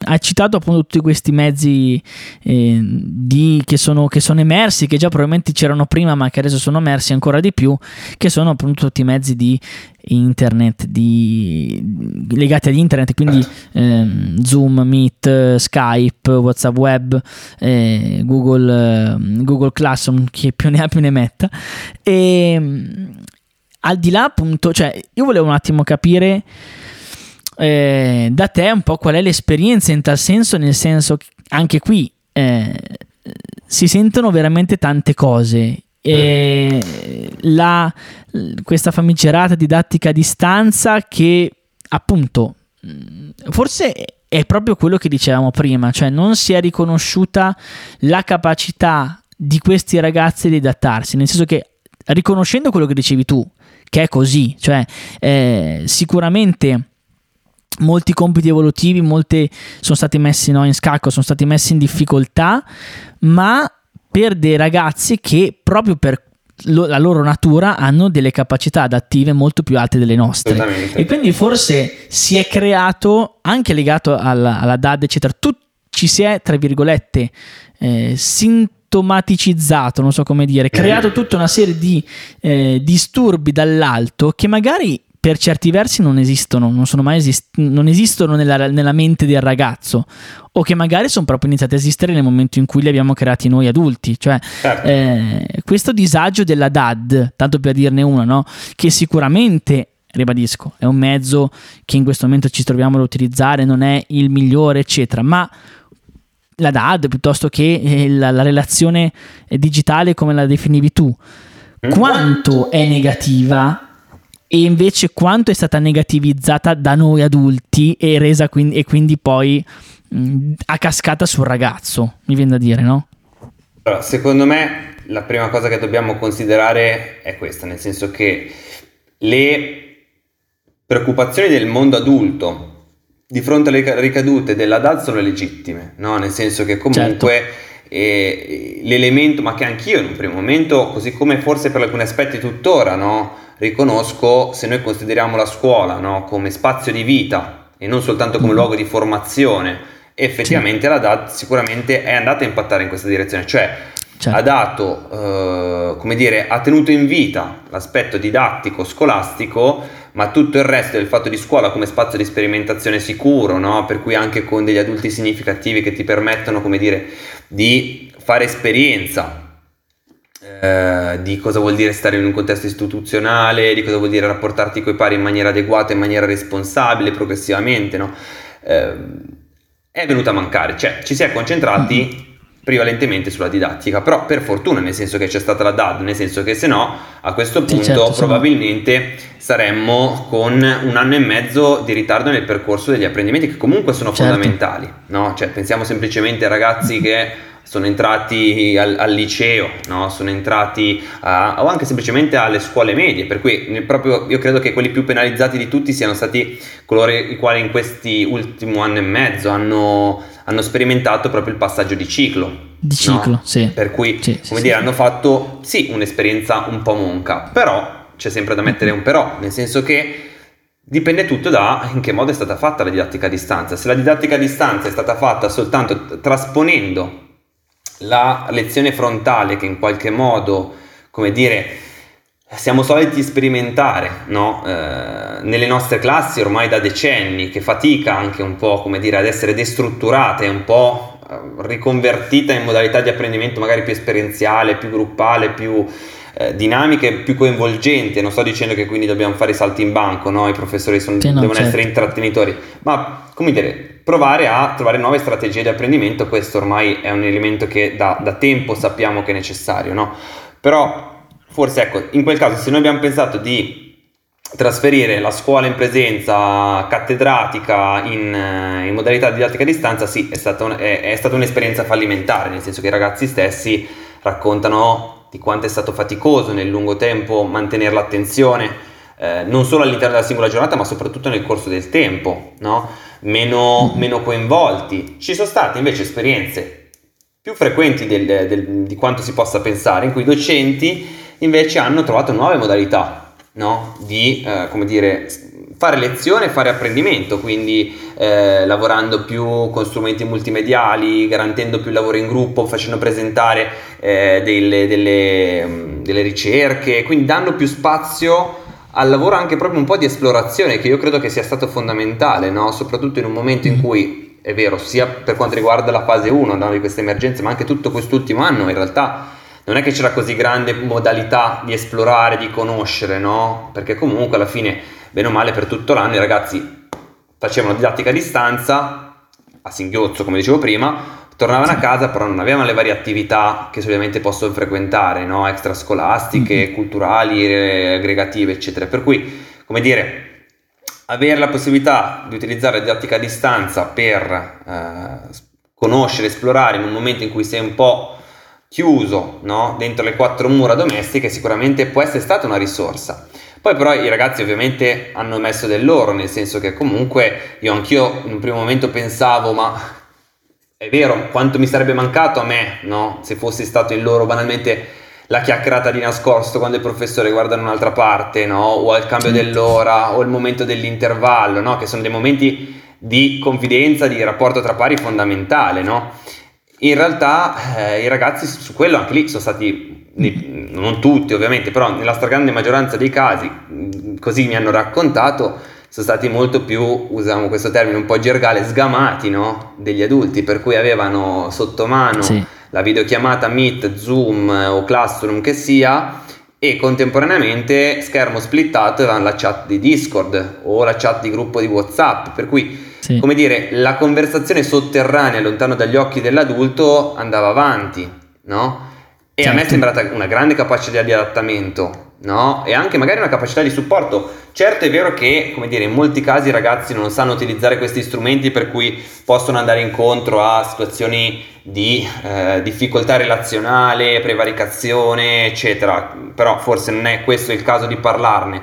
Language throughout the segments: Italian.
hai citato appunto tutti questi mezzi che sono emersi, che già probabilmente c'erano prima ma che adesso sono emersi ancora di più, che sono appunto tutti i mezzi di internet legati ad internet, quindi Zoom, Meet, Skype, WhatsApp Web, Google Classroom, che più ne ha più ne metta. E al di là appunto, cioè io volevo un attimo capire da te un po' qual è l'esperienza in tal senso, nel senso che anche qui si sentono veramente tante cose. Questa famigerata didattica a distanza, che appunto forse è proprio quello che dicevamo prima, cioè non si è riconosciuta la capacità di questi ragazzi di adattarsi, nel senso che, riconoscendo quello che dicevi tu, che è così, cioè sicuramente molti compiti evolutivi, sono stati messi in scacco, sono stati messi in difficoltà, ma per dei ragazzi che proprio per la loro natura hanno delle capacità adattive molto più alte delle nostre. E quindi forse si è creato, anche legato alla DAD eccetera, ci si è, tra virgolette, sintomaticizzato, non so come dire, creato tutta una serie di disturbi dall'alto che magari per certi versi non esistono, non esistono nella mente del ragazzo, o che magari sono proprio iniziati a esistere nel momento in cui li abbiamo creati noi adulti. Cioè questo disagio della DAD, tanto per dirne una, no? Che sicuramente, ribadisco, è un mezzo che in questo momento ci troviamo ad utilizzare, non è il migliore eccetera, ma la DAD piuttosto che la relazione digitale come la definivi tu, quanto è negativa e invece quanto è stata negativizzata da noi adulti e resa quindi poi a cascata sul ragazzo, mi viene da dire, no? Allora, secondo me la prima cosa che dobbiamo considerare è questa, nel senso che le preoccupazioni del mondo adulto di fronte alle ricadute della DAD sono legittime, no? Nel senso che comunque l'elemento, ma che anch'io in un primo momento, così come forse per alcuni aspetti tuttora, no? Riconosco, se noi consideriamo la scuola, no? Come spazio di vita e non soltanto come luogo di formazione, effettivamente la DAD sicuramente è andata a impattare in questa direzione, cioè ha dato, ha tenuto in vita l'aspetto didattico, scolastico, ma tutto il resto del fatto di scuola come spazio di sperimentazione sicuro, no? Per cui anche con degli adulti significativi che ti permettono, di fare esperienza di cosa vuol dire stare in un contesto istituzionale, di cosa vuol dire rapportarti coi pari in maniera adeguata, in maniera responsabile, progressivamente, no? È venuta a mancare, cioè ci si è concentrati prevalentemente sulla didattica, però per fortuna, nel senso che c'è stata la DAD, nel senso che se no a questo punto probabilmente saremmo con 1 anno e mezzo di ritardo nel percorso degli apprendimenti, che comunque sono fondamentali, no? Cioè pensiamo semplicemente a ragazzi che sono entrati al liceo, no? Sono entrati o anche semplicemente alle scuole medie, per cui proprio io credo che quelli più penalizzati di tutti siano stati coloro i quali in questi ultimo anno e mezzo hanno sperimentato proprio il passaggio di ciclo, no? Sì. Per cui hanno fatto un'esperienza un po' monca, però c'è sempre da mettere un però, nel senso che dipende tutto da in che modo è stata fatta la didattica a distanza. Se la didattica a distanza è stata fatta soltanto trasponendo la lezione frontale, che in qualche modo, siamo soliti sperimentare, no? Nelle nostre classi ormai da decenni, che fatica anche un po' ad essere destrutturata e un po' riconvertita in modalità di apprendimento magari più esperienziale, più gruppale, più dinamiche, più coinvolgenti. Non sto dicendo che quindi dobbiamo fare i salti in banco, no? I professori devono essere intrattenitori, ma provare a trovare nuove strategie di apprendimento. Questo ormai è un elemento che da tempo sappiamo che è necessario, no? Però forse in quel caso, se noi abbiamo pensato di trasferire la scuola in presenza cattedratica in modalità didattica a distanza, è stata un'esperienza fallimentare, nel senso che i ragazzi stessi raccontano di quanto è stato faticoso nel lungo tempo mantenere l'attenzione, non solo all'interno della singola giornata, ma soprattutto nel corso del tempo, no? Meno coinvolti. Ci sono state invece esperienze più frequenti di quanto si possa pensare, in cui i docenti invece hanno trovato nuove modalità, no? Di fare lezione e fare apprendimento, quindi lavorando più con strumenti multimediali, garantendo più lavoro in gruppo, facendo presentare delle ricerche, quindi dando più spazio al lavoro, anche proprio un po' di esplorazione, che io credo che sia stato fondamentale, no? Soprattutto in un momento in cui, è vero, sia per quanto riguarda la fase 1, no, di queste emergenze, ma anche tutto quest'ultimo anno, in realtà non è che c'era così grande modalità di esplorare, di conoscere, no? Perché comunque alla fine, bene o male, per tutto l'anno i ragazzi facevano didattica a distanza, a singhiozzo come dicevo prima, tornavano a casa, però non avevano le varie attività che solitamente possono frequentare, no? Extrascolastiche, culturali, aggregative, eccetera. Per cui, come dire, avere la possibilità di utilizzare la didattica a distanza per conoscere, esplorare in un momento in cui sei un po' chiuso, no? Dentro le quattro mura domestiche, sicuramente può essere stata una risorsa. Poi però i ragazzi ovviamente hanno messo del loro, nel senso che comunque anch'io in un primo momento pensavo, ma è vero, quanto mi sarebbe mancato a me, no? Se fossi stato in loro banalmente la chiacchierata di nascosto quando il professore guarda da un'altra parte, no? O al cambio dell'ora, o il momento dell'intervallo, no? Che sono dei momenti di confidenza, di rapporto tra pari fondamentale, no? In realtà i ragazzi su quello anche lì sono stati, non tutti ovviamente, però nella stragrande maggioranza dei casi, così mi hanno raccontato, sono stati molto più, usiamo questo termine un po' gergale, sgamati, no? Degli adulti, per cui avevano sotto mano la videochiamata Meet, Zoom o Classroom che sia, e contemporaneamente schermo splittato avevano la chat di Discord o la chat di gruppo di WhatsApp, per cui come dire, la conversazione sotterranea lontano dagli occhi dell'adulto andava avanti, no? E a me è sembrata una grande capacità di adattamento, no? E anche magari una capacità di supporto. Certo è vero che, come dire, in molti casi i ragazzi non sanno utilizzare questi strumenti, per cui possono andare incontro a situazioni di difficoltà relazionale, prevaricazione, eccetera. Però forse non è questo il caso di parlarne.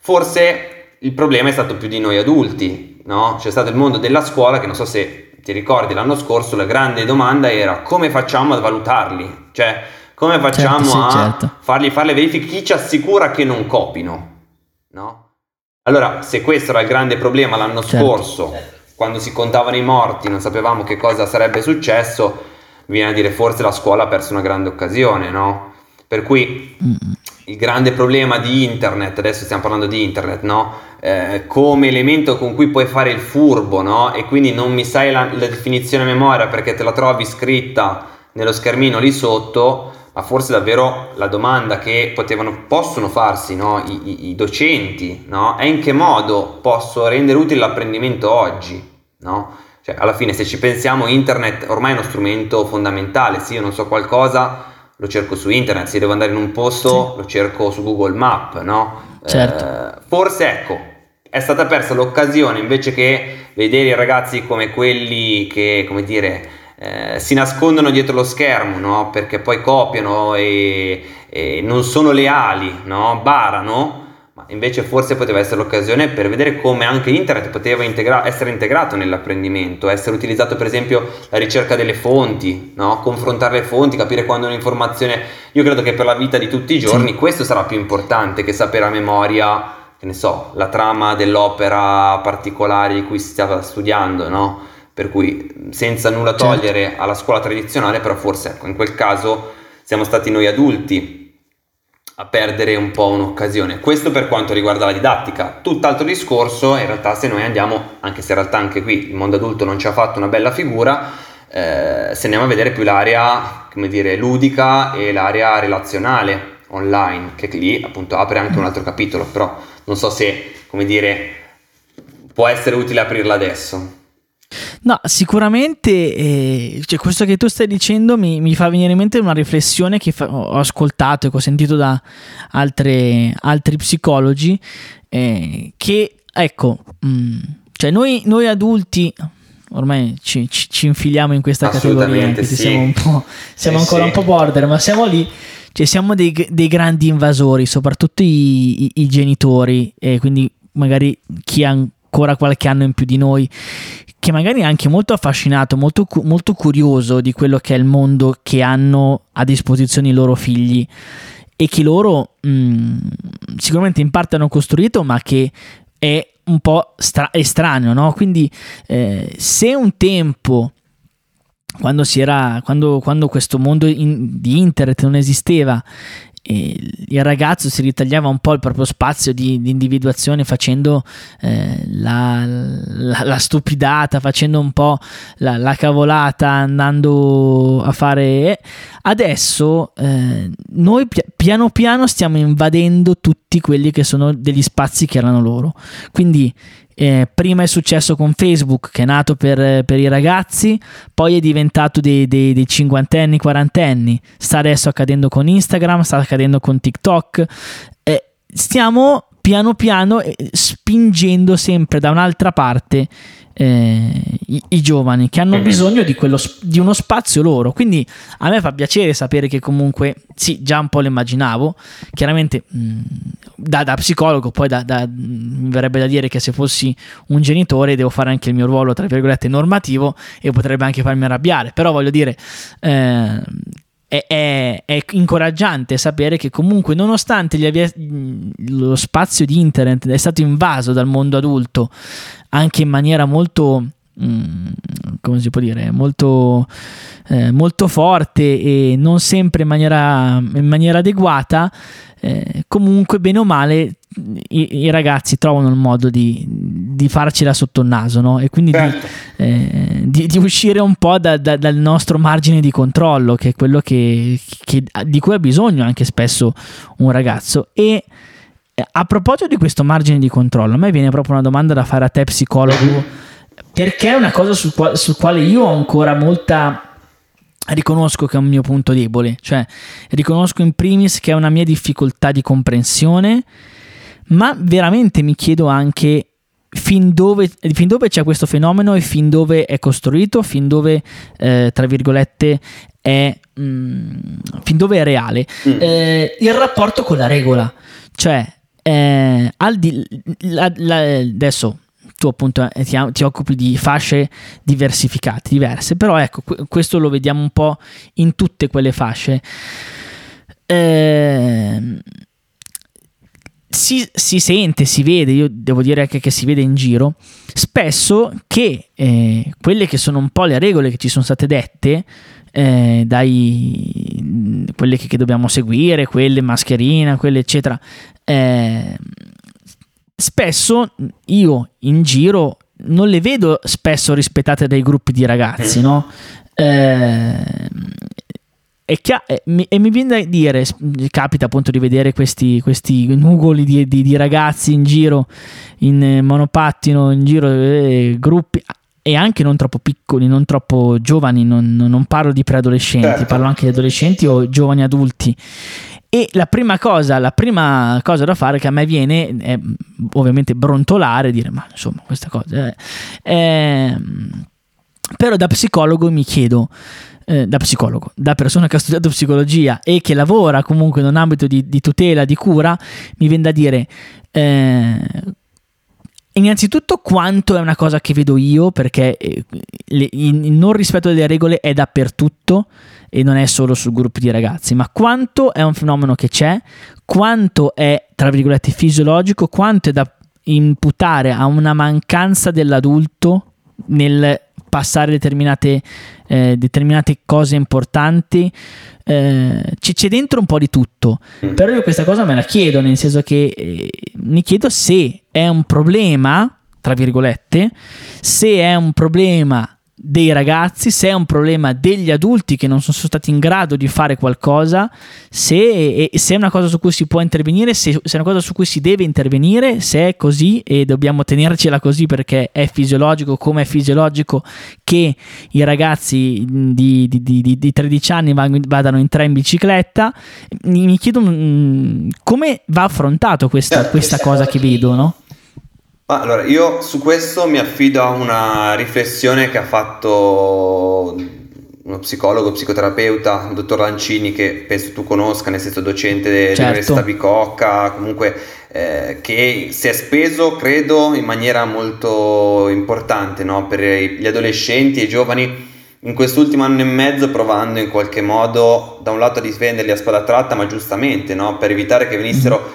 Forse il problema è stato più di noi adulti, no? C'è stato il mondo della scuola che, non so se ti ricordi, l'anno scorso la grande domanda era: come facciamo a valutarli? Cioè, come facciamo a fargli fare le verifiche? Chi ci assicura che non copino, no? Allora, se questo era il grande problema l'anno scorso, quando si contavano i morti, non sapevamo che cosa sarebbe successo, viene a dire forse la scuola ha perso una grande occasione, no? Per cui il grande problema di internet, adesso stiamo parlando di internet, no? Come elemento con cui puoi fare il furbo, no? E quindi non mi sai la definizione a memoria perché te la trovi scritta nello schermino lì sotto, ma forse davvero la domanda che possono farsi, no? I docenti, no? È: in che modo posso rendere utile l'apprendimento oggi, no? Cioè, alla fine, se ci pensiamo, internet ormai è uno strumento fondamentale. Se io non so qualcosa, lo cerco su internet. Se devo andare in un posto, lo cerco su Google Map, no? Forse, ecco, è stata persa l'occasione, invece che vedere i ragazzi come quelli che, come dire, si nascondono dietro lo schermo, no? Perché poi copiano e non sono leali, no? Barano. Ma invece forse poteva essere l'occasione per vedere come anche internet poteva essere integrato nell'apprendimento, essere utilizzato, per esempio, la ricerca delle fonti, no? Confrontare le fonti, capire quando un'informazione. Io credo che per la vita di tutti i giorni questo sarà più importante che sapere a memoria, che ne so, la trama dell'opera particolare di cui si stava studiando, no? Per cui, senza nulla togliere alla scuola tradizionale, però forse, ecco, in quel caso siamo stati noi adulti a perdere un po' un'occasione. Questo per quanto riguarda la didattica. Tutt'altro discorso in realtà, se noi andiamo, anche se in realtà anche qui il mondo adulto non ci ha fatto una bella figura, se andiamo a vedere più l'area, come dire, ludica e l'area relazionale online, che lì appunto apre anche un altro capitolo, però non so se, come dire, può essere utile aprirla adesso. No, sicuramente cioè, questo che tu stai dicendo mi fa venire in mente una riflessione che ho ascoltato e che ho sentito da altri psicologi, che ecco, cioè noi adulti ormai ci infiliamo in questa categoria, anche se siamo ancora un po' border, ma siamo lì. Cioè, siamo dei grandi invasori, soprattutto i genitori, e quindi magari chi ha ancora qualche anno in più di noi, che magari è anche molto affascinato, molto curioso di quello che è il mondo che hanno a disposizione i loro figli, e che loro sicuramente in parte hanno costruito, ma che è un po' estraneo, no? Quindi se un tempo, quando questo mondo di internet non esisteva, il ragazzo si ritagliava un po' il proprio spazio di individuazione facendo la stupidata, facendo un po' la cavolata, andando a fare. Adesso noi piano piano stiamo invadendo tutti quelli che sono degli spazi che erano loro. Quindi prima è successo con Facebook, che è nato per i ragazzi, poi è diventato dei cinquantenni, quarantenni, sta adesso accadendo con Instagram, sta accadendo con TikTok. Stiamo piano piano spingendo sempre da un'altra parte i giovani che hanno bisogno di uno spazio loro. Quindi a me fa piacere sapere che comunque, sì, già un po' lo immaginavo, chiaramente da psicologo, poi mi verrebbe da dire che se fossi un genitore devo fare anche il mio ruolo, tra virgolette, normativo, e potrebbe anche farmi arrabbiare, però voglio dire, è incoraggiante sapere che comunque, nonostante lo spazio di internet è stato invaso dal mondo adulto anche in maniera molto come si può dire, molto forte e non sempre in maniera adeguata, comunque bene o male i ragazzi trovano il modo di farcela sotto il naso, no? E quindi di uscire un po' dal nostro margine di controllo, che è quello di cui ha bisogno anche spesso un ragazzo. E a proposito di questo margine di controllo, a me viene proprio una domanda da fare a te, psicologo, perché è una cosa sul quale io ho ancora riconosco che è un mio punto debole, cioè riconosco in primis che è una mia difficoltà di comprensione, ma veramente mi chiedo anche fin dove c'è questo fenomeno e fin dove è costruito, fin dove tra virgolette fin dove è reale. Il rapporto con la regola, cioè adesso tu appunto ti occupi di fasce diversificate, diverse, però ecco, questo lo vediamo un po' in tutte quelle fasce. Si sente, si vede, io devo dire anche che si vede in giro spesso che quelle che sono un po' le regole che ci sono state dette, quelle che dobbiamo seguire, quelle mascherina, quelle eccetera, spesso io in giro non le vedo spesso rispettate dai gruppi di ragazzi, no? E mi viene da dire, capita appunto di vedere questi nugoli di ragazzi in giro, in monopattino, in giro, gruppi, e anche non troppo piccoli, non troppo giovani, non parlo di preadolescenti, parlo anche di adolescenti o giovani adulti. E la prima cosa da fare che a me viene è ovviamente brontolare, dire ma insomma questa cosa però da psicologo mi chiedo, da persona che ha studiato psicologia e che lavora comunque in un ambito di tutela, di cura, mi viene da dire innanzitutto quanto è una cosa che vedo io, perché il non rispetto delle regole è dappertutto e non è solo sul gruppo di ragazzi, ma quanto è un fenomeno che c'è, quanto è tra virgolette fisiologico, quanto è da imputare a una mancanza dell'adulto nel passare determinate cose importanti. C'è dentro un po' di tutto, però io questa cosa me la chiedo, nel senso che mi chiedo se è un problema, tra virgolette, se è un problema dei ragazzi, se è un problema degli adulti che non sono stati in grado di fare qualcosa, se è una cosa su cui si può intervenire, se è una cosa su cui si deve intervenire, se è così e dobbiamo tenercela così perché è fisiologico, come è fisiologico che i ragazzi di 13 anni vadano in 3 in bicicletta. Mi chiedo come va affrontato questa cosa che vedo, no? Allora, io su questo mi affido a una riflessione che ha fatto uno psicologo, psicoterapeuta, il dottor Lancini, che penso tu conosca, nel senso docente dell'Università Bicocca, comunque che si è speso, credo, in maniera molto importante, no? Per gli adolescenti e i giovani in quest'ultimo anno e mezzo, provando in qualche modo da un lato a difenderli a spada tratta, ma giustamente, no? Per evitare che venissero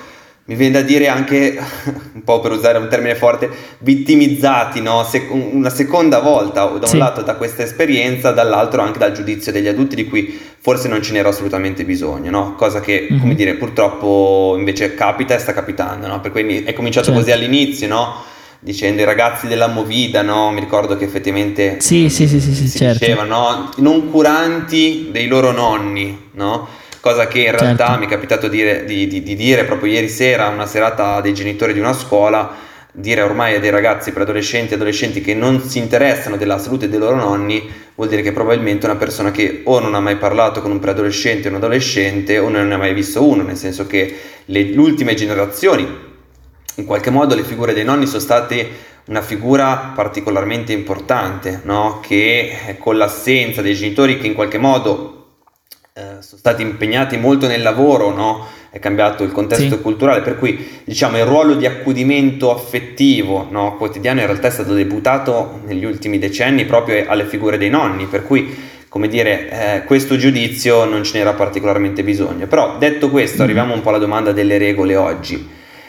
mi viene da dire anche, un po' per usare un termine forte, vittimizzati, no? Una seconda volta, da un lato da questa esperienza, dall'altro anche dal giudizio degli adulti di cui forse non ce n'era assolutamente bisogno, no? Cosa che, come dire, purtroppo invece capita e sta capitando, no? Per cui è cominciato così all'inizio, no? Dicendo i ragazzi della Movida, no? Mi ricordo che effettivamente si certo. diceva, no? Non curanti dei loro nonni, no? Cosa che in realtà mi è capitato di dire proprio ieri sera, una serata dei genitori di una scuola, dire ormai a dei ragazzi preadolescenti e adolescenti che non si interessano della salute dei loro nonni, vuol dire che probabilmente è una persona che o non ha mai parlato con un preadolescente o un adolescente o non ne ha mai visto uno, nel senso che le ultime generazioni, in qualche modo le figure dei nonni sono state una figura particolarmente importante, no? Che con l'assenza dei genitori che in qualche modo sono stati impegnati molto nel lavoro, no? È cambiato il contesto culturale, per cui diciamo il ruolo di accudimento affettivo, no? Quotidiano in realtà è stato deputato negli ultimi decenni proprio alle figure dei nonni, per cui, come dire, questo giudizio non ce n'era particolarmente bisogno. Però detto questo, arriviamo un po' alla domanda delle regole oggi.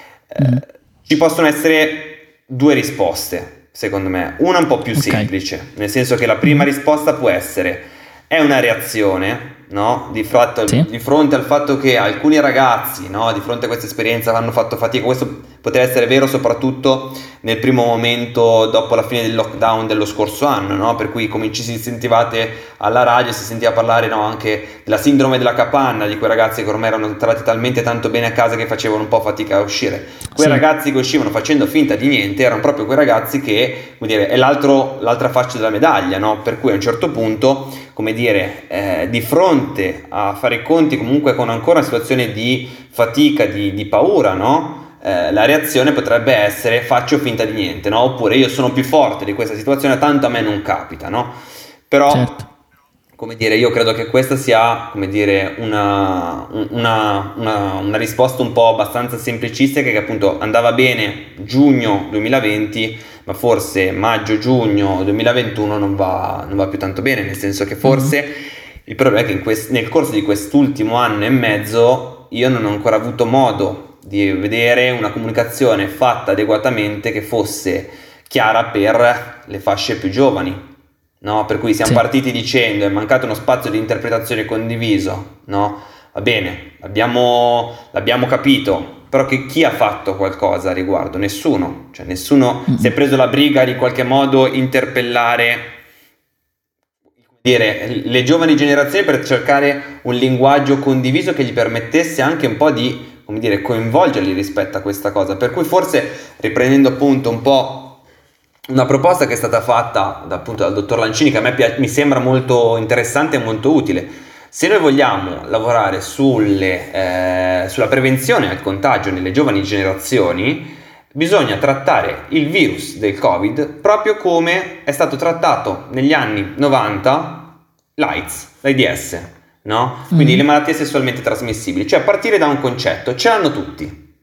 Ci possono essere due risposte, secondo me, una un po' più semplice, nel senso che la prima risposta può essere: è una reazione, no? Di fronte al fatto che alcuni ragazzi, no? Di fronte a questa esperienza hanno fatto fatica. Questo poteva essere vero soprattutto nel primo momento dopo la fine del lockdown dello scorso anno, no? Per cui si sentivate alla radio, si sentiva parlare, no? Anche della sindrome della capanna, di quei ragazzi che ormai erano entrati talmente tanto bene a casa che facevano un po' fatica a uscire. Quei ragazzi che uscivano facendo finta di niente erano proprio quei ragazzi che, come dire, è l'altra faccia della medaglia, no? Per cui a un certo punto, come dire, di fronte a fare i conti comunque con ancora una situazione di fatica, di paura, no? La reazione potrebbe essere: faccio finta di niente, no? Oppure io sono più forte di questa situazione, tanto a me non capita, no? Però, come dire, io credo che questa sia, come dire, una risposta un po' abbastanza semplicistica, che appunto andava bene giugno 2020, ma forse maggio-giugno 2021 non va più tanto bene, nel senso che forse il problema è che nel corso di quest'ultimo anno e mezzo io non ho ancora avuto modo di vedere una comunicazione fatta adeguatamente che fosse chiara per le fasce più giovani, no? Per cui siamo partiti dicendo: è mancato uno spazio di interpretazione condiviso, no? Va bene, l'abbiamo capito, però chi ha fatto qualcosa a riguardo? Nessuno, cioè nessuno si è preso la briga di in qualche modo interpellare, dire, le giovani generazioni per cercare un linguaggio condiviso che gli permettesse anche un po' di, come dire, coinvolgerli rispetto a questa cosa. Per cui forse, riprendendo appunto un po' una proposta che è stata fatta dal dottor Lancini, che a me mi sembra molto interessante e molto utile: se noi vogliamo lavorare sulla prevenzione al contagio nelle giovani generazioni, bisogna trattare il virus del Covid proprio come è stato trattato negli anni 90 l'AIDS, no? Quindi le malattie sessualmente trasmissibili, cioè partire da un concetto: ce l'hanno tutti,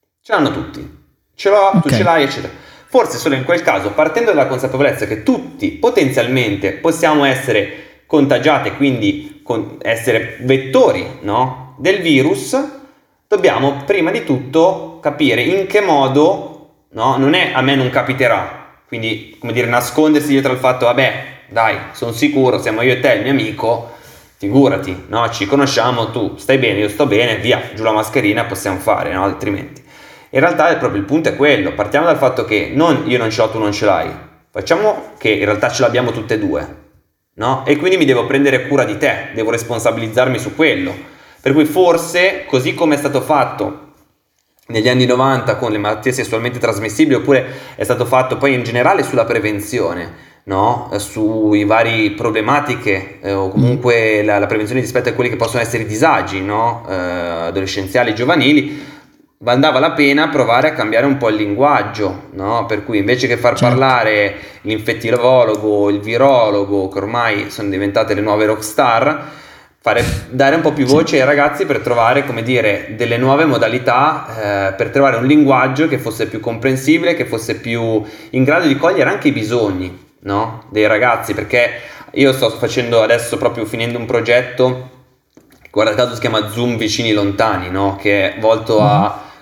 ce l'ho, tu ce l'hai, eccetera. Forse solo in quel caso, partendo dalla consapevolezza che tutti potenzialmente possiamo essere contagiati e quindi essere vettori, no? Del virus, dobbiamo prima di tutto capire in che modo, no? Non è: a me non capiterà, quindi, come dire, nascondersi dietro al fatto: vabbè, dai, sono sicuro, siamo io e te, il mio amico, figurati, no? Ci conosciamo, tu stai bene, io sto bene, via, giù la mascherina, possiamo fare, no? Altrimenti. In realtà proprio il punto è quello: partiamo dal fatto che non io non ce l'ho, tu non ce l'hai, facciamo che in realtà ce l'abbiamo tutte e due, no? E quindi mi devo prendere cura di te, devo responsabilizzarmi su quello. Per cui forse, così come è stato fatto negli anni 90 con le malattie sessualmente trasmissibili, oppure è stato fatto poi in generale sulla prevenzione, no? Sui vari problematiche o comunque la prevenzione rispetto a quelli che possono essere i disagi, no? Adolescenziali, giovanili, andava la pena provare a cambiare un po' il linguaggio, no? Per cui invece che far parlare l'infettivologo, il virologo, che ormai sono diventate le nuove rockstar, dare un po' più voce ai ragazzi per trovare, come dire, delle nuove modalità, per trovare un linguaggio che fosse più comprensibile, che fosse più in grado di cogliere anche i bisogni, no? Dei ragazzi. Perché io sto facendo adesso, proprio finendo un progetto, guarda caso si chiama Zoom Vicini Lontani, no? Che è volto a,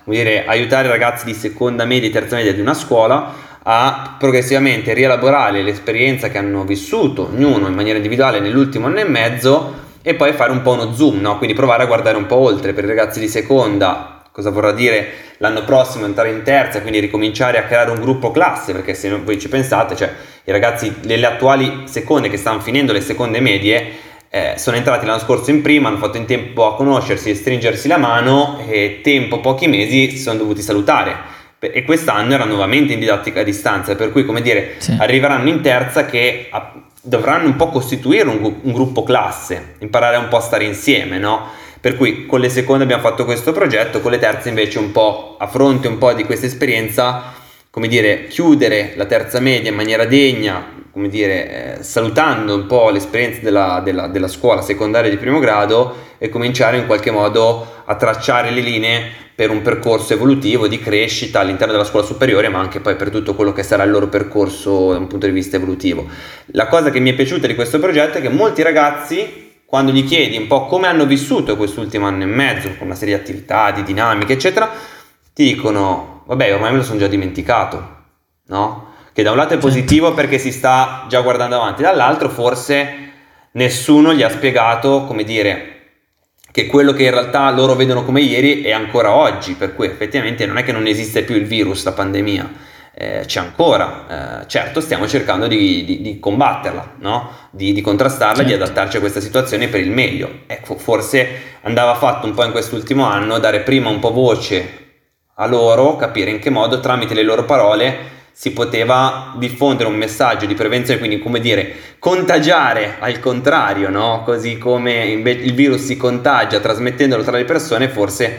come dire, aiutare i ragazzi di seconda media e terza media di una scuola a progressivamente rielaborare l'esperienza che hanno vissuto ognuno in maniera individuale nell'ultimo anno e mezzo e poi fare un po' uno zoom, no? Quindi provare a guardare un po' oltre. Per i ragazzi di seconda cosa vorrà dire l'anno prossimo entrare in terza, quindi ricominciare a creare un gruppo classe, perché se voi ci pensate, cioè i ragazzi delle attuali seconde che stanno finendo le seconde medie sono entrati l'anno scorso in prima, hanno fatto in tempo a conoscersi e stringersi la mano e pochi mesi si sono dovuti salutare. E quest'anno era nuovamente in didattica a distanza, per cui, come dire, sì, arriveranno in terza che dovranno un po' costituire un gruppo classe, imparare un po' a stare insieme, no? Per cui con le seconde abbiamo fatto questo progetto, con le terze invece un po' a fronte un po' di questa esperienza, come dire, chiudere la terza media in maniera degna, come dire, salutando un po' l'esperienza della scuola secondaria di primo grado e cominciare in qualche modo a tracciare le linee per un percorso evolutivo di crescita all'interno della scuola superiore, ma anche poi per tutto quello che sarà il loro percorso da un punto di vista evolutivo. La cosa che mi è piaciuta di questo progetto è che molti ragazzi, quando gli chiedi un po' come hanno vissuto quest'ultimo anno e mezzo, con una serie di attività, di dinamiche, eccetera, ti dicono, vabbè, ormai me lo sono già dimenticato, no? Che da un lato è positivo perché si sta già guardando avanti, dall'altro forse nessuno gli ha spiegato, come dire, che quello che in realtà loro vedono come ieri è ancora oggi, per cui effettivamente non è che non esiste più il virus, la pandemia, c'è ancora, certo stiamo cercando di combatterla, no? di contrastarla, certo, di adattarci a questa situazione per il meglio. Ecco, forse andava fatto un po' in quest'ultimo anno dare prima un po' voce a loro, capire in che modo tramite le loro parole si poteva diffondere un messaggio di prevenzione, quindi, come dire, contagiare al contrario, no? Così come invece il virus si contagia trasmettendolo tra le persone, forse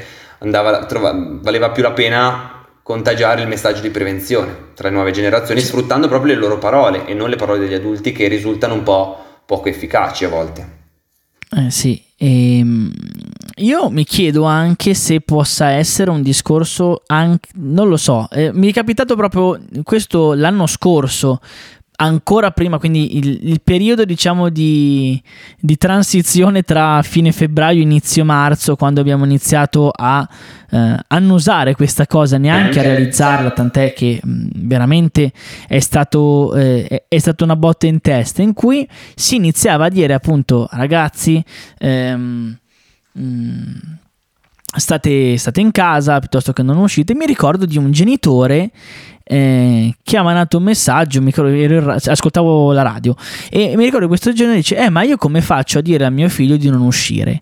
valeva più la pena contagiare il messaggio di prevenzione tra le nuove generazioni, sfruttando proprio le loro parole e non le parole degli adulti, che risultano un po' poco efficaci a volte. Sì, io mi chiedo anche se possa essere un discorso, non lo so, mi è capitato proprio questo l'anno scorso, ancora prima, quindi il periodo, diciamo, di transizione tra fine febbraio e inizio marzo, quando abbiamo iniziato a annusare questa cosa, neanche a realizzarla, tant'è che veramente è stato una botta in testa, in cui si iniziava a dire, appunto, ragazzi, state in casa piuttosto che non uscite. Mi ricordo di un genitore che ha mandato un messaggio, ascoltavo la radio e mi ricordo che questo genere dice: ma io come faccio a dire a mio figlio di non uscire?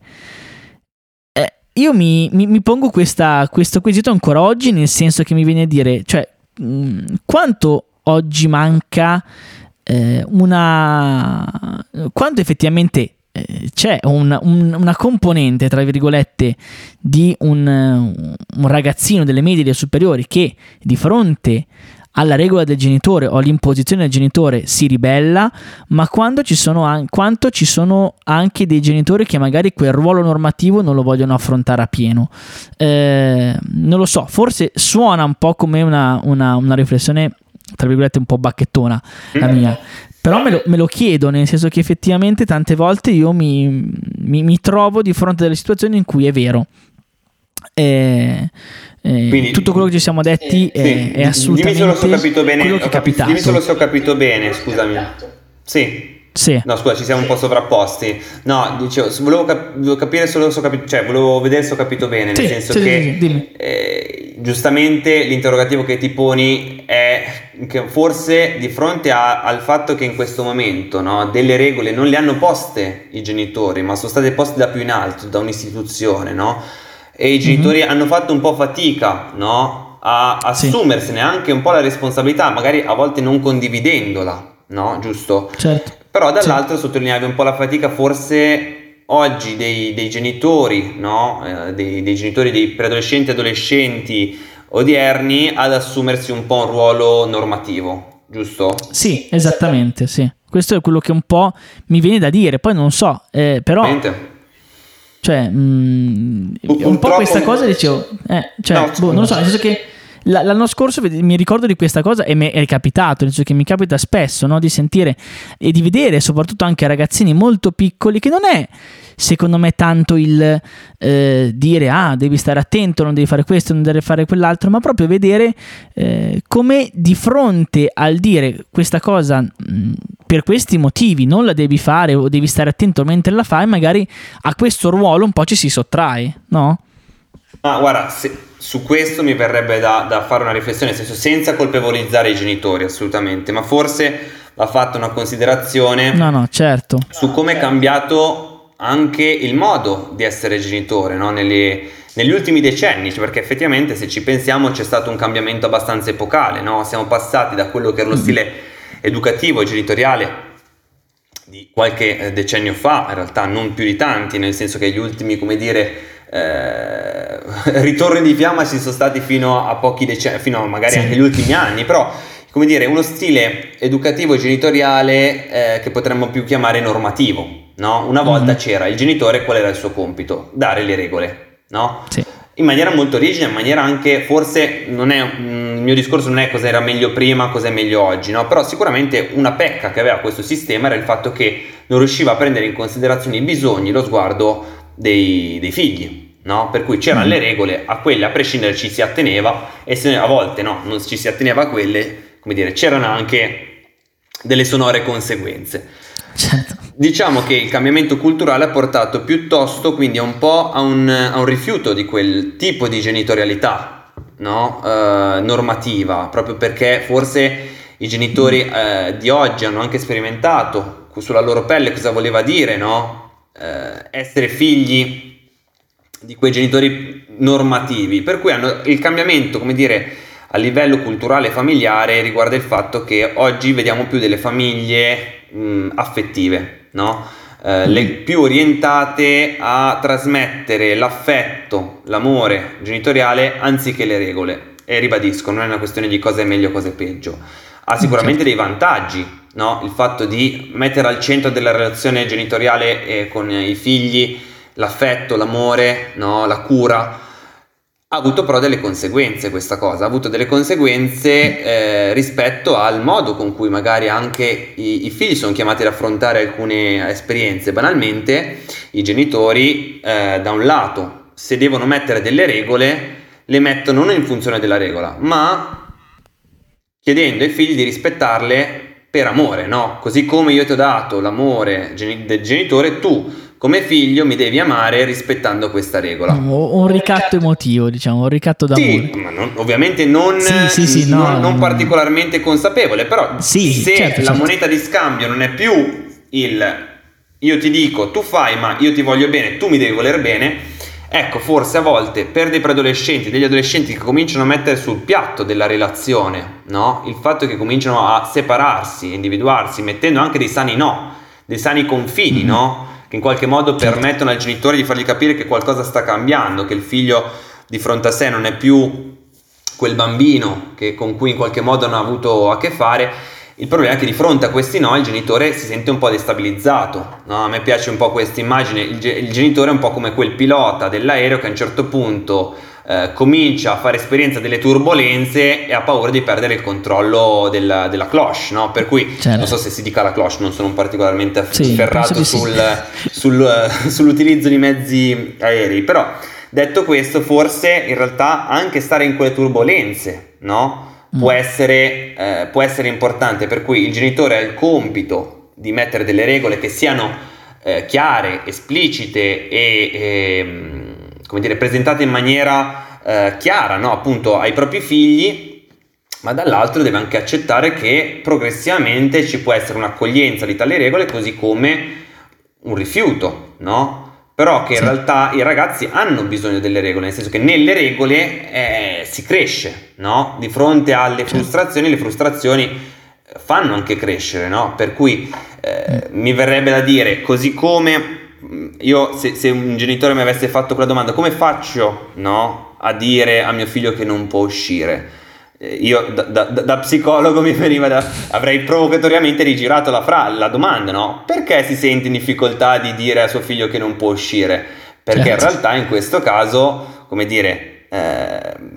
Io mi pongo questo quesito ancora oggi, nel senso che mi viene a dire, cioè, quanto oggi manca quanto effettivamente c'è una componente, tra virgolette, di un ragazzino delle medie e delle superiori che di fronte alla regola del genitore o all'imposizione del genitore si ribella, ma quanto ci sono anche dei genitori che magari quel ruolo normativo non lo vogliono affrontare a pieno. Non lo so, forse suona un po' come una riflessione, tra virgolette, un po' bacchettona la mia, però me lo chiedo, nel senso che effettivamente tante volte io mi trovo di fronte a delle situazioni in cui è vero, quindi, tutto quello che ci siamo detti è assolutamente quello che è capitato. Dimmi solo se ho capito bene, scusami. Sì. No, scusa, ci siamo un po' sovrapposti. No, dicevo, volevo capire solo se ho capito, cioè volevo vedere se ho capito bene, nel senso che giustamente l'interrogativo che ti poni è che forse di fronte al fatto che in questo momento, no, delle regole non le hanno poste i genitori, ma sono state poste da più in alto, da un'istituzione, no? E i genitori hanno fatto un po' fatica, no, a assumersene anche un po' la responsabilità, magari a volte non condividendola, no, giusto? Certo. Però dall'altro sottolineavi un po' la fatica forse oggi dei genitori, no, dei genitori dei preadolescenti e adolescenti odierni ad assumersi un po' un ruolo normativo, giusto? Sì, esattamente, sì. Questo è quello che un po' mi viene da dire, poi non so, però... Cioè, un po' questa cosa dicevo, non lo so, nel senso che L'anno scorso mi ricordo di questa cosa e mi è capitato, nel senso che mi capita spesso, no, di sentire e di vedere soprattutto anche ragazzini molto piccoli, che non è secondo me tanto il dire devi stare attento, non devi fare questo, non devi fare quell'altro, ma proprio vedere come di fronte al dire questa cosa per questi motivi non la devi fare o devi stare attento mentre la fai, magari a questo ruolo un po' ci si sottrae, no? Guarda, su questo mi verrebbe da fare una riflessione, nel senso, senza colpevolizzare i genitori assolutamente, ma forse va fatta una considerazione no, certo, su come è cambiato anche il modo di essere genitore, no? Negli ultimi decenni, perché effettivamente se ci pensiamo c'è stato un cambiamento abbastanza epocale, no? Siamo passati da quello che era lo stile educativo e genitoriale di qualche decennio fa, in realtà non più di tanti, nel senso che gli ultimi, come dire, ritorni di fiamma ci sono stati fino a pochi decenni, fino magari anche agli ultimi anni, però come dire uno stile educativo e genitoriale che potremmo più chiamare normativo, no? Una volta c'era il genitore, qual era il suo compito? Dare le regole, no? Sì. In maniera molto rigida, in maniera anche, forse non è il mio discorso non è cosa era meglio prima, cosa è meglio oggi, no? Però sicuramente una pecca che aveva questo sistema era il fatto che non riusciva a prendere in considerazione i bisogni, lo sguardo dei figli, no? Per cui c'erano le regole, a quelle a prescindere ci si atteneva, e se a volte no, non ci si atteneva a quelle, come dire, c'erano anche delle sonore conseguenze. Certo. Diciamo che il cambiamento culturale ha portato piuttosto quindi un po' a un rifiuto di quel tipo di genitorialità, no? Normativa, proprio perché forse i genitori di oggi hanno anche sperimentato sulla loro pelle cosa voleva dire, no? Essere figli di quei genitori normativi, per cui il cambiamento, come dire, a livello culturale e familiare riguarda il fatto che oggi vediamo più delle famiglie affettive, no? Le più orientate a trasmettere l'affetto, l'amore genitoriale anziché le regole. E ribadisco, non è una questione di cosa è meglio, cosa è peggio. Ha sicuramente dei vantaggi, no? Il fatto di mettere al centro della relazione genitoriale con i figli l'affetto, l'amore, no? La cura. Ha avuto però delle conseguenze questa cosa, ha avuto delle conseguenze rispetto al modo con cui magari anche i figli sono chiamati ad affrontare alcune esperienze. Banalmente i genitori da un lato, se devono mettere delle regole, le mettono non in funzione della regola, ma chiedendo ai figli di rispettarle per amore, no? Così come io ti ho dato l'amore del genitore, tu come figlio mi devi amare rispettando questa regola. Un ricatto emotivo, diciamo, un ricatto d'amore. Sì, ma ovviamente non particolarmente consapevole, però se certo. Moneta di scambio non è più il io ti dico tu fai ma io ti voglio bene, tu mi devi voler bene, ecco, forse a volte per dei preadolescenti, degli adolescenti che cominciano a mettere sul piatto della relazione, no? Il fatto che cominciano a separarsi, individuarsi, mettendo anche dei sani confini, no? Che in qualche modo permettono al genitore di fargli capire che qualcosa sta cambiando, che il figlio di fronte a sé non è più quel bambino con cui in qualche modo hanno avuto a che fare. Il problema è che di fronte a questi no il genitore si sente un po' destabilizzato, no? A me piace un po' questa immagine, il genitore è un po' come quel pilota dell'aereo che a un certo punto comincia a fare esperienza delle turbolenze e ha paura di perdere il controllo della cloche, no? Per cui non so se si dica la cloche, non sono particolarmente afferrato sull'utilizzo di mezzi aerei, però detto questo, forse in realtà anche stare in quelle turbolenze, no? Può essere importante, per cui il genitore ha il compito di mettere delle regole che siano chiare, esplicite e come dire, presentate in maniera chiara, no? Appunto ai propri figli, ma dall'altro deve anche accettare che progressivamente ci può essere un'accoglienza di tali regole, così come un rifiuto, no? Però che in realtà i ragazzi hanno bisogno delle regole, nel senso che nelle regole si cresce, no? Di fronte alle frustrazioni, le frustrazioni fanno anche crescere, no? Per cui mi verrebbe da dire, così come io, se un genitore mi avesse fatto quella domanda, come faccio, no, a dire a mio figlio che non può uscire? Io da psicologo mi veniva avrei provocatoriamente rigirato la domanda, no? Perché si sente in difficoltà di dire a suo figlio che non può uscire? Perché in realtà in questo caso, come dire,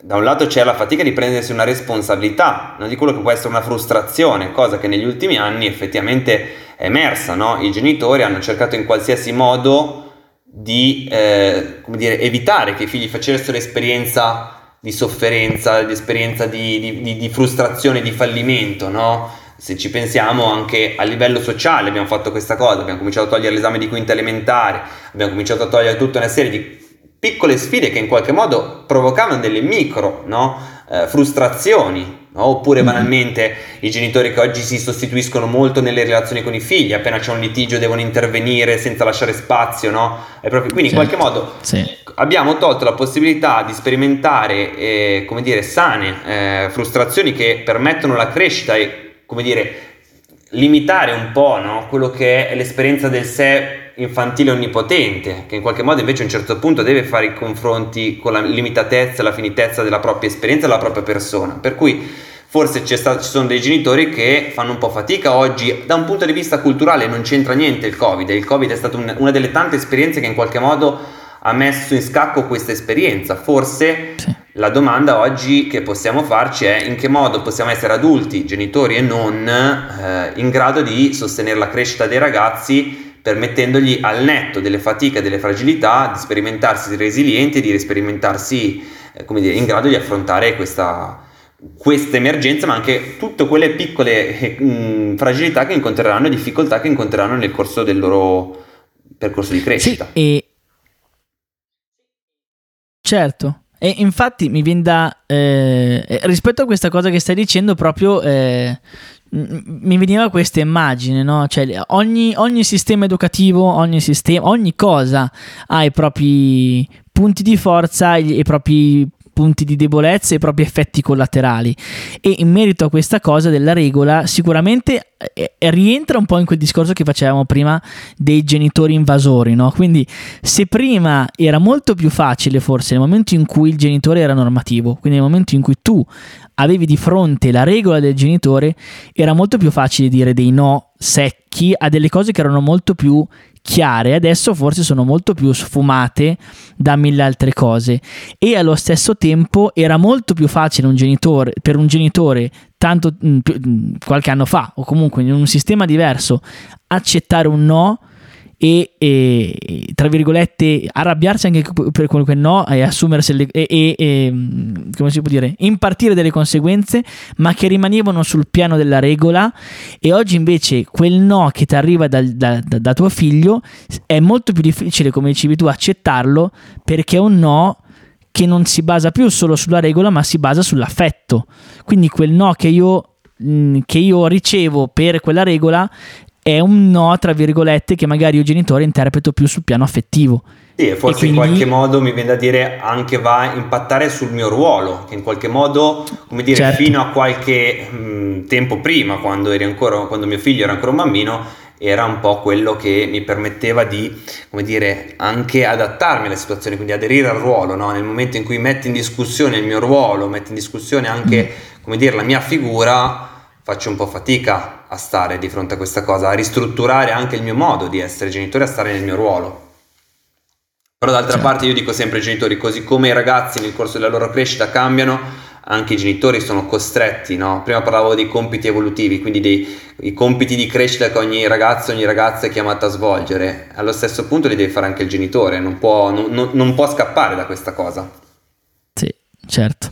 da un lato c'è la fatica di prendersi una responsabilità, non di quello che può essere una frustrazione, cosa che negli ultimi anni effettivamente è emersa, no? I genitori hanno cercato in qualsiasi modo di evitare che i figli facessero esperienza di sofferenza, l'esperienza di frustrazione, di fallimento, no? Se ci pensiamo anche a livello sociale abbiamo fatto questa cosa, abbiamo cominciato a togliere l'esame di quinta elementare, abbiamo cominciato a togliere tutta una serie di piccole sfide che in qualche modo provocavano delle micro, no? Frustrazioni, no? Oppure banalmente i genitori che oggi si sostituiscono molto nelle relazioni con i figli, appena c'è un litigio devono intervenire senza lasciare spazio, no? Quindi in qualche modo abbiamo tolto la possibilità di sperimentare sane frustrazioni che permettono la crescita e limitare un po', no? Quello che è l'esperienza del sé infantile onnipotente, che in qualche modo invece a un certo punto deve fare i confronti con la limitatezza e la finitezza della propria esperienza e della propria persona, per cui forse ci sono dei genitori che fanno un po' fatica oggi. Da un punto di vista culturale non c'entra niente il Covid è stata una delle tante esperienze che in qualche modo ha messo in scacco questa esperienza. Forse la domanda oggi che possiamo farci è: in che modo possiamo essere adulti, genitori e non, in grado di sostenere la crescita dei ragazzi, permettendogli, al netto delle fatiche e delle fragilità, di sperimentarsi resilienti, di sperimentarsi in grado di affrontare questa emergenza, ma anche tutte quelle piccole fragilità che incontreranno e difficoltà che incontreranno nel corso del loro percorso di crescita. Sì, certo. E infatti mi viene da rispetto a questa cosa che stai dicendo proprio mi veniva questa immagine, no? Cioè ogni sistema educativo, ogni cosa ha i propri punti di forza e i propri punti di debolezza e i propri effetti collaterali, e in merito a questa cosa della regola sicuramente rientra un po' in quel discorso che facevamo prima dei genitori invasori, no? Quindi se prima era molto più facile, forse nel momento in cui il genitore era normativo, quindi nel momento in cui tu avevi di fronte la regola del genitore, era molto più facile dire dei no secchi a delle cose che erano molto più chiare. Adesso forse sono molto più sfumate da mille altre cose, e allo stesso tempo era molto più facile per un genitore tanto qualche anno fa, o comunque in un sistema diverso, accettare un no e tra virgolette arrabbiarsi anche per quel no e assumersele come si può dire, impartire delle conseguenze, ma che rimanevano sul piano della regola. E oggi invece quel no che ti arriva da tuo figlio è molto più difficile, come dicevi tu, accettarlo, perché è un no che non si basa più solo sulla regola, ma si basa sull'affetto. Quindi quel no che io ricevo per quella regola è un no, tra virgolette, che magari io genitore interpreto più sul piano affettivo. Sì, e forse quindi in qualche modo mi viene da dire anche va a impattare sul mio ruolo, che in qualche modo, certo, fino a qualche tempo prima, quando mio figlio era ancora un bambino, era un po' quello che mi permetteva di, anche adattarmi alla situazione, quindi aderire al ruolo, no? Nel momento in cui metti in discussione il mio ruolo, metti in discussione anche, la mia figura, faccio un po' fatica a stare di fronte a questa cosa, a ristrutturare anche il mio modo di essere genitore, a stare nel mio ruolo. Però d'altra parte io dico sempre ai genitori, così come i ragazzi nel corso della loro crescita cambiano, anche i genitori sono costretti, no? Prima parlavo dei compiti evolutivi, quindi i compiti di crescita che ogni ragazzo, ogni ragazza è chiamata a svolgere. Allo stesso punto li deve fare anche il genitore, non può scappare da questa cosa. Sì, certo.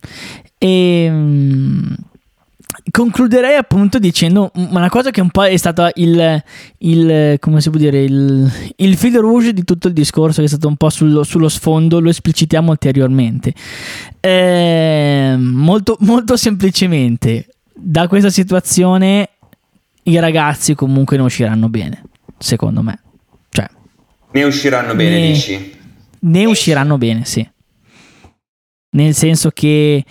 Concluderei appunto dicendo una cosa che un po' è stata il come si può dire, il fil rouge di tutto il discorso, che è stato un po' sullo sfondo, lo esplicitiamo ulteriormente. Molto, molto semplicemente, da questa situazione i ragazzi comunque ne usciranno bene, secondo me. Cioè, ne usciranno bene, dici? Ne usciranno bene, sì. Nel senso che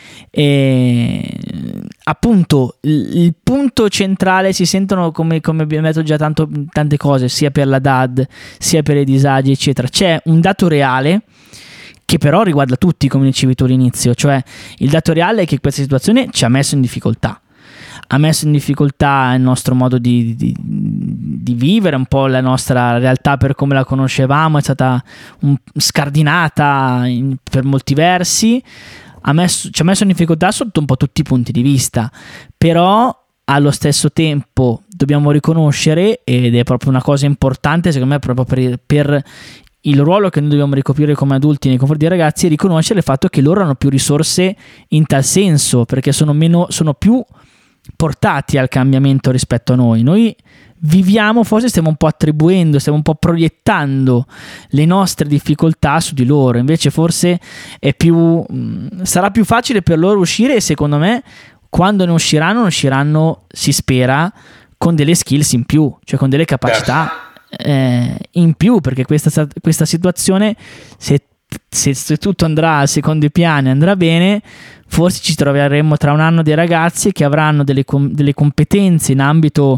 appunto il punto centrale, si sentono, come abbiamo detto già, tante cose, sia per la DAD sia per i disagi eccetera. C'è un dato reale che però riguarda tutti, come dicevi tu all'inizio, cioè il dato reale è che questa situazione ci ha messo in difficoltà. Ha messo in difficoltà il nostro modo di vivere, un po' la nostra realtà per come la conoscevamo, è stata scardinata per molti versi. ci ha messo in difficoltà sotto un po' tutti i punti di vista, però allo stesso tempo dobbiamo riconoscere, ed è proprio una cosa importante secondo me proprio per il ruolo che noi dobbiamo ricoprire come adulti nei confronti dei ragazzi, è riconoscere il fatto che loro hanno più risorse in tal senso, perché sono più portati al cambiamento rispetto a noi. Noi viviamo, forse stiamo un po' attribuendo, stiamo un po' proiettando le nostre difficoltà su di loro, invece forse sarà più facile per loro uscire, e secondo me quando ne usciranno, si spera, con delle skills in più, cioè con delle capacità in più, perché questa situazione, se tutto andrà secondo i piani, andrà bene, forse ci troveremo tra un anno dei ragazzi che avranno delle competenze in ambito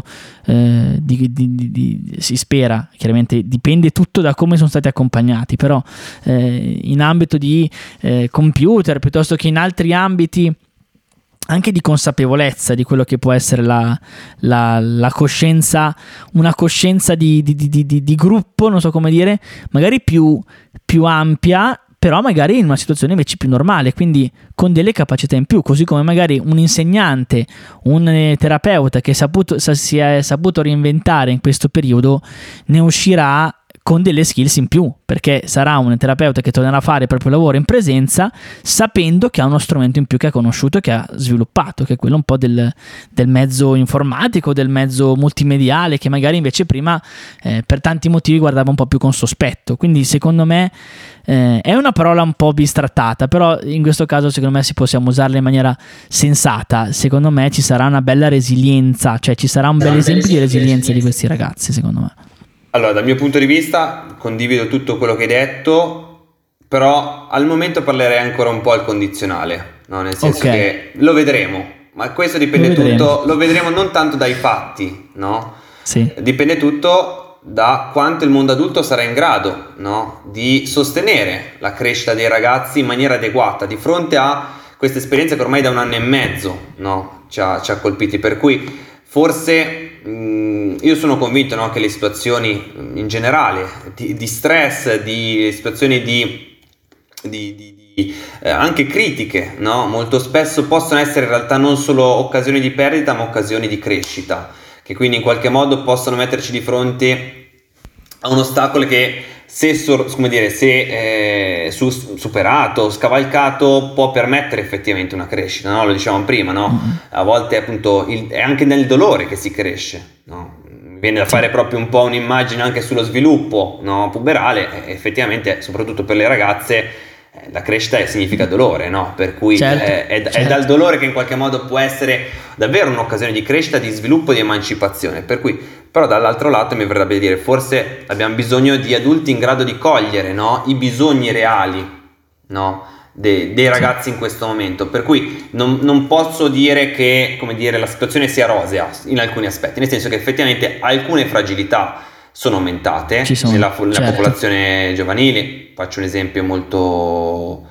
si spera, chiaramente dipende tutto da come sono stati accompagnati, però in ambito di computer, piuttosto che in altri ambiti anche di consapevolezza di quello che può essere la coscienza, una coscienza di gruppo, non so come dire, magari più ampia, però magari in una situazione invece più normale, quindi con delle capacità in più, così come magari un insegnante, un terapeuta che si è saputo reinventare in questo periodo, ne uscirà con delle skills in più, perché sarà un terapeuta che tornerà a fare il proprio lavoro in presenza, sapendo che ha uno strumento in più che ha conosciuto, che ha sviluppato, che è quello un po' del mezzo informatico, del mezzo multimediale, che magari invece prima per tanti motivi guardava un po' più con sospetto. Quindi secondo me è una parola un po' bistrattata, però in questo caso secondo me possiamo usarla in maniera sensata. Secondo me ci sarà una bella resilienza, cioè ci sarà un bel esempio di resilienza di questi ragazzi, secondo me. Allora, dal mio punto di vista condivido tutto quello che hai detto, però al momento parlerei ancora un po' al condizionale, no? Nel senso che lo vedremo, ma questo dipende tutto, lo vedremo non tanto dai fatti, no? Sì. Dipende tutto da quanto il mondo adulto sarà in grado, no? Di sostenere la crescita dei ragazzi in maniera adeguata di fronte a questa esperienza che ormai da 1 anno e mezzo, no? ci ha colpiti, per cui forse io sono convinto, no, che le situazioni in generale di stress, di situazioni anche critiche, no, molto spesso possono essere in realtà non solo occasioni di perdita, ma occasioni di crescita, che quindi in qualche modo possono metterci di fronte a un ostacolo che se superato, scavalcato, può permettere effettivamente una crescita, no? Lo dicevamo prima, no? A volte appunto è anche nel dolore che si cresce, no? Viene da fare proprio un po' un'immagine anche sullo sviluppo, no, puberale, effettivamente soprattutto per le ragazze la crescita significa dolore, no? Per cui certo. È dal dolore che in qualche modo può essere davvero un'occasione di crescita, di sviluppo, di emancipazione, per cui però dall'altro lato mi verrebbe da dire forse abbiamo bisogno di adulti in grado di cogliere, no, i bisogni reali, no, dei ragazzi in questo momento, per cui non posso dire che, come dire, la situazione sia rosea in alcuni aspetti, nel senso che effettivamente alcune fragilità sono aumentate nella popolazione giovanile. Faccio un esempio molto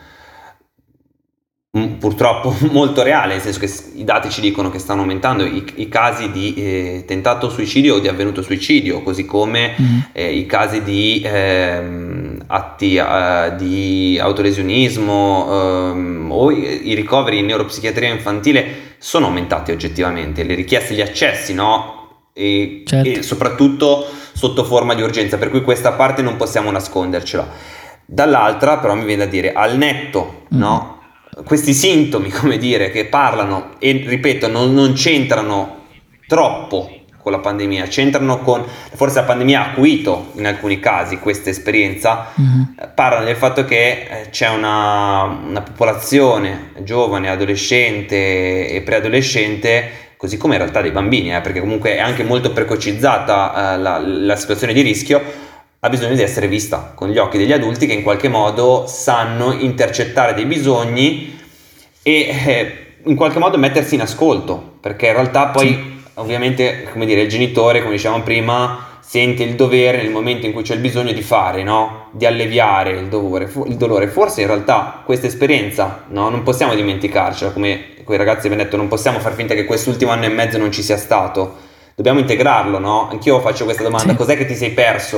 purtroppo molto reale, nel senso che i dati ci dicono che stanno aumentando i casi di tentato suicidio o di avvenuto suicidio, così come i casi di atti di autolesionismo o i ricoveri in neuropsichiatria infantile sono aumentati oggettivamente, le richieste, gli accessi, no? E soprattutto sotto forma di urgenza, per cui questa parte non possiamo nascondercela. Dall'altra però mi viene da dire, al netto, no? Questi sintomi, come dire, che parlano e ripeto non c'entrano troppo con la pandemia, c'entrano con, forse la pandemia ha acuito in alcuni casi questa esperienza, parlano del fatto che c'è una popolazione giovane, adolescente e preadolescente, così come in realtà dei bambini, perché comunque è anche molto precocizzata la situazione di rischio, ha bisogno di essere vista con gli occhi degli adulti che in qualche modo sanno intercettare dei bisogni e in qualche modo mettersi in ascolto, perché in realtà poi ovviamente, come dire, il genitore, come dicevamo prima, sente il dovere nel momento in cui c'è il bisogno di fare, no? Di alleviare il dolore. Forse in realtà questa esperienza, no? Non possiamo dimenticarcela, come quei ragazzi abbiamo detto, non possiamo far finta che quest'ultimo anno e mezzo non ci sia stato, dobbiamo integrarlo, no? Anch'io faccio questa domanda, cos'è che ti sei perso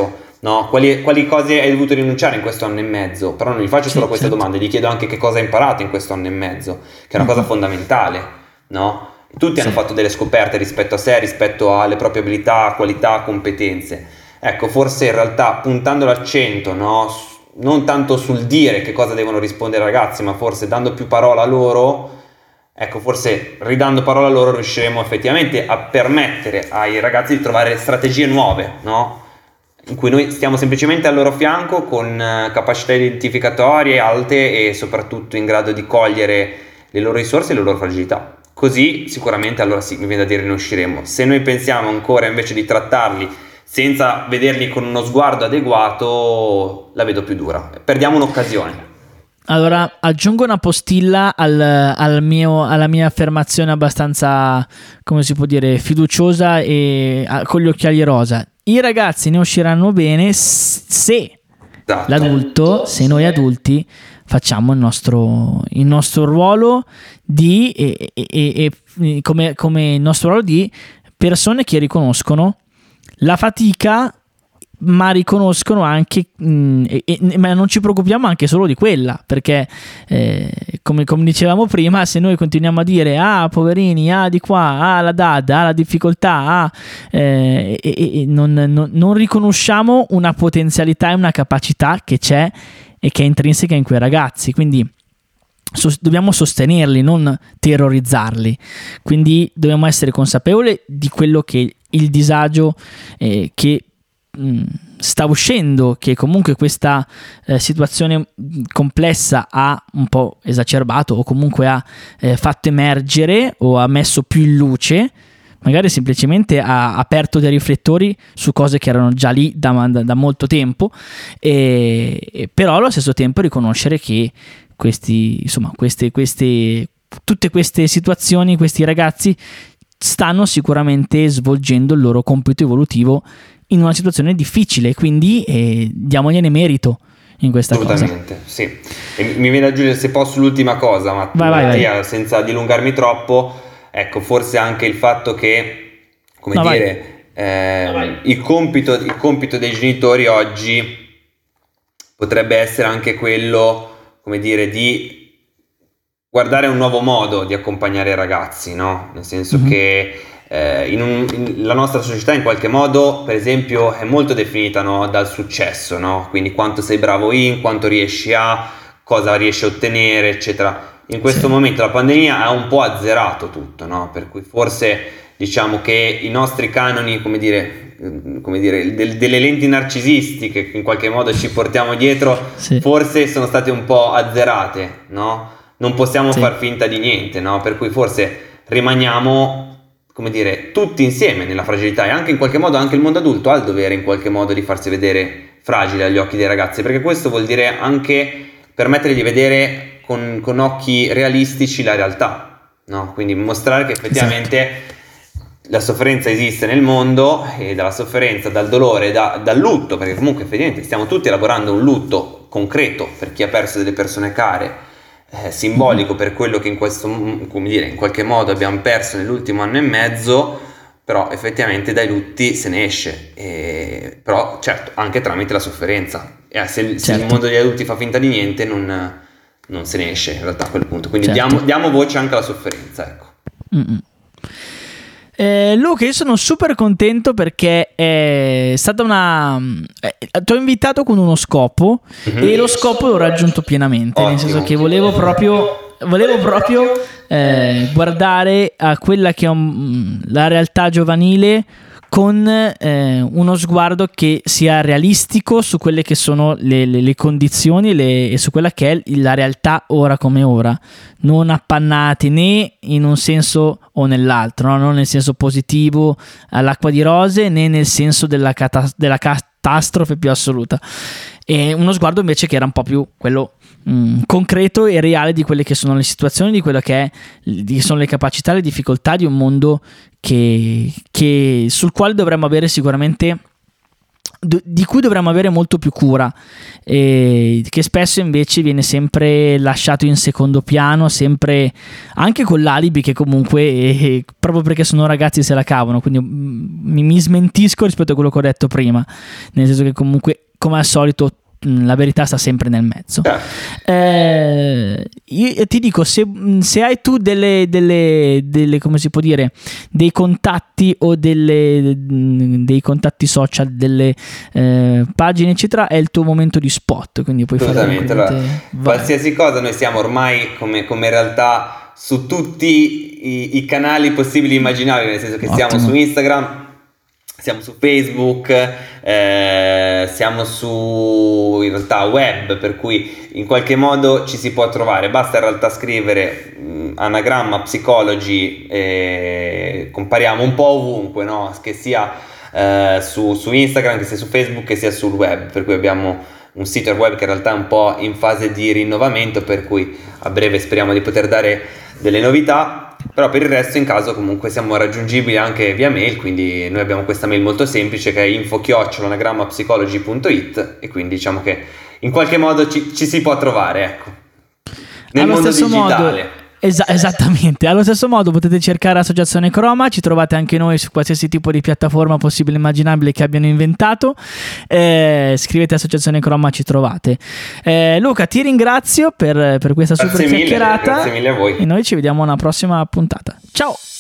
no? Quali cose hai dovuto rinunciare in questo anno e mezzo? Però non gli faccio solo queste domande, gli chiedo anche che cosa hai imparato in questo anno e mezzo, che è una cosa fondamentale, no? Tutti hanno fatto delle scoperte rispetto a sé, rispetto alle proprie abilità, qualità, competenze. Ecco, forse in realtà puntando l'accento, no? Non tanto sul dire che cosa devono rispondere i ragazzi, ma forse dando più parola a loro, ecco, forse ridando parola a loro riusciremo effettivamente a permettere ai ragazzi di trovare strategie nuove, no? In cui noi stiamo semplicemente al loro fianco con capacità identificatorie alte e soprattutto in grado di cogliere le loro risorse e le loro fragilità. Così sicuramente allora sì, mi viene da dire ne usciremo. Se noi pensiamo ancora invece di trattarli senza vederli con uno sguardo adeguato, la vedo più dura. Perdiamo un'occasione. Allora aggiungo una postilla alla mia affermazione abbastanza, come si può dire, fiduciosa e con gli occhiali rosa. I ragazzi ne usciranno bene se se noi adulti facciamo il nostro ruolo come il nostro ruolo di persone che riconoscono la fatica, ma riconoscono anche ma non ci preoccupiamo anche solo di quella, perché come dicevamo prima, se noi continuiamo a dire poverini, di qua, la DAD, la difficoltà, non riconosciamo una potenzialità e una capacità che c'è e che è intrinseca in quei ragazzi, quindi dobbiamo sostenerli, non terrorizzarli. Quindi dobbiamo essere consapevoli di quello che il disagio che sta uscendo, che comunque questa situazione complessa ha un po' esacerbato o comunque ha fatto emergere o ha messo più in luce, magari semplicemente ha aperto dei riflettori su cose che erano già lì da molto tempo, però allo stesso tempo riconoscere che tutte queste situazioni, questi ragazzi stanno sicuramente svolgendo il loro compito evolutivo in una situazione difficile, quindi diamogliene merito in questa assolutamente, cosa. Sì. E mi viene da aggiungere, se posso, l'ultima cosa, Mattia, senza dilungarmi troppo. Ecco, forse anche il fatto che, il compito dei genitori oggi potrebbe essere anche quello, di guardare un nuovo modo di accompagnare i ragazzi, no? Nel senso che la nostra società in qualche modo, per esempio, è molto definita, no, dal successo, no? Quindi quanto sei bravo quanto riesci cosa riesci a ottenere, eccetera. In questo momento la pandemia ha un po' azzerato tutto, no? Per cui forse diciamo che i nostri canoni, delle lenti narcisistiche che in qualche modo ci portiamo dietro, forse sono state un po' azzerate, no? Non possiamo far finta di niente, no? Per cui forse rimaniamo, tutti insieme nella fragilità, e anche in qualche modo anche il mondo adulto ha il dovere in qualche modo di farsi vedere fragile agli occhi dei ragazzi, perché questo vuol dire anche permettergli di vedere con occhi realistici la realtà, no? Quindi mostrare che effettivamente la sofferenza esiste nel mondo, e dalla sofferenza, dal dolore, dal lutto, perché comunque effettivamente stiamo tutti elaborando un lutto concreto per chi ha perso delle persone care, simbolico per quello che in qualche modo abbiamo perso nell'ultimo anno e mezzo, però effettivamente dai lutti se ne esce, però certo anche tramite la sofferenza, se il mondo degli adulti fa finta di niente non se ne esce in realtà a quel punto, quindi diamo voce anche alla sofferenza, ecco. Luca, io sono super contento perché è stata ti ho invitato con uno scopo, e lo scopo l'ho raggiunto pienamente. Ottimo. Nel senso che volevo proprio guardare a quella che è la realtà giovanile con uno sguardo che sia realistico su quelle che sono le condizioni e su quella che è la realtà ora come ora, non appannati né in un senso o nell'altro, no? Non nel senso positivo all'acqua di rose, né nel senso della catastrofe più assoluta, e uno sguardo invece che era un po' più quello concreto e reale di quelle che sono le situazioni, di quello che sono le capacità, le difficoltà di un mondo sul quale dovremmo avere sicuramente di cui dovremmo avere molto più cura, che spesso invece viene sempre lasciato in secondo piano, sempre anche con l'alibi che comunque proprio perché sono ragazzi se la cavano, quindi mi smentisco rispetto a quello che ho detto prima, nel senso che comunque come al solito la verità sta sempre nel mezzo. Io ti dico, se hai tu delle come si può dire, dei contatti o dei contatti social, delle pagine eccetera, è il tuo momento di spot, quindi puoi fare allora, qualsiasi cosa. Noi siamo ormai come realtà su tutti i canali possibili e immaginabili, nel senso che siamo su Instagram, siamo su Facebook, siamo su in realtà web, per cui in qualche modo ci si può trovare. Basta in realtà scrivere Anagramma Psychology, compariamo un po' ovunque, no? Che sia su Instagram, che sia su Facebook, che sia sul web, per cui abbiamo un sito web che in realtà è un po' in fase di rinnovamento, per cui a breve speriamo di poter dare delle novità. Però per il resto, in caso, comunque siamo raggiungibili anche via mail, quindi noi abbiamo questa mail molto semplice che è info@anagrammapsychology.it, e quindi diciamo che in qualche modo ci si può trovare, ecco, nel mondo digitale. Esattamente, allo stesso modo potete cercare Associazione Croma, ci trovate anche noi su qualsiasi tipo di piattaforma possibile e immaginabile che abbiano inventato, scrivete Associazione Croma, ci trovate. Luca, ti ringrazio per questa super chiacchierata, grazie mille a voi, e noi ci vediamo alla prossima puntata. Ciao!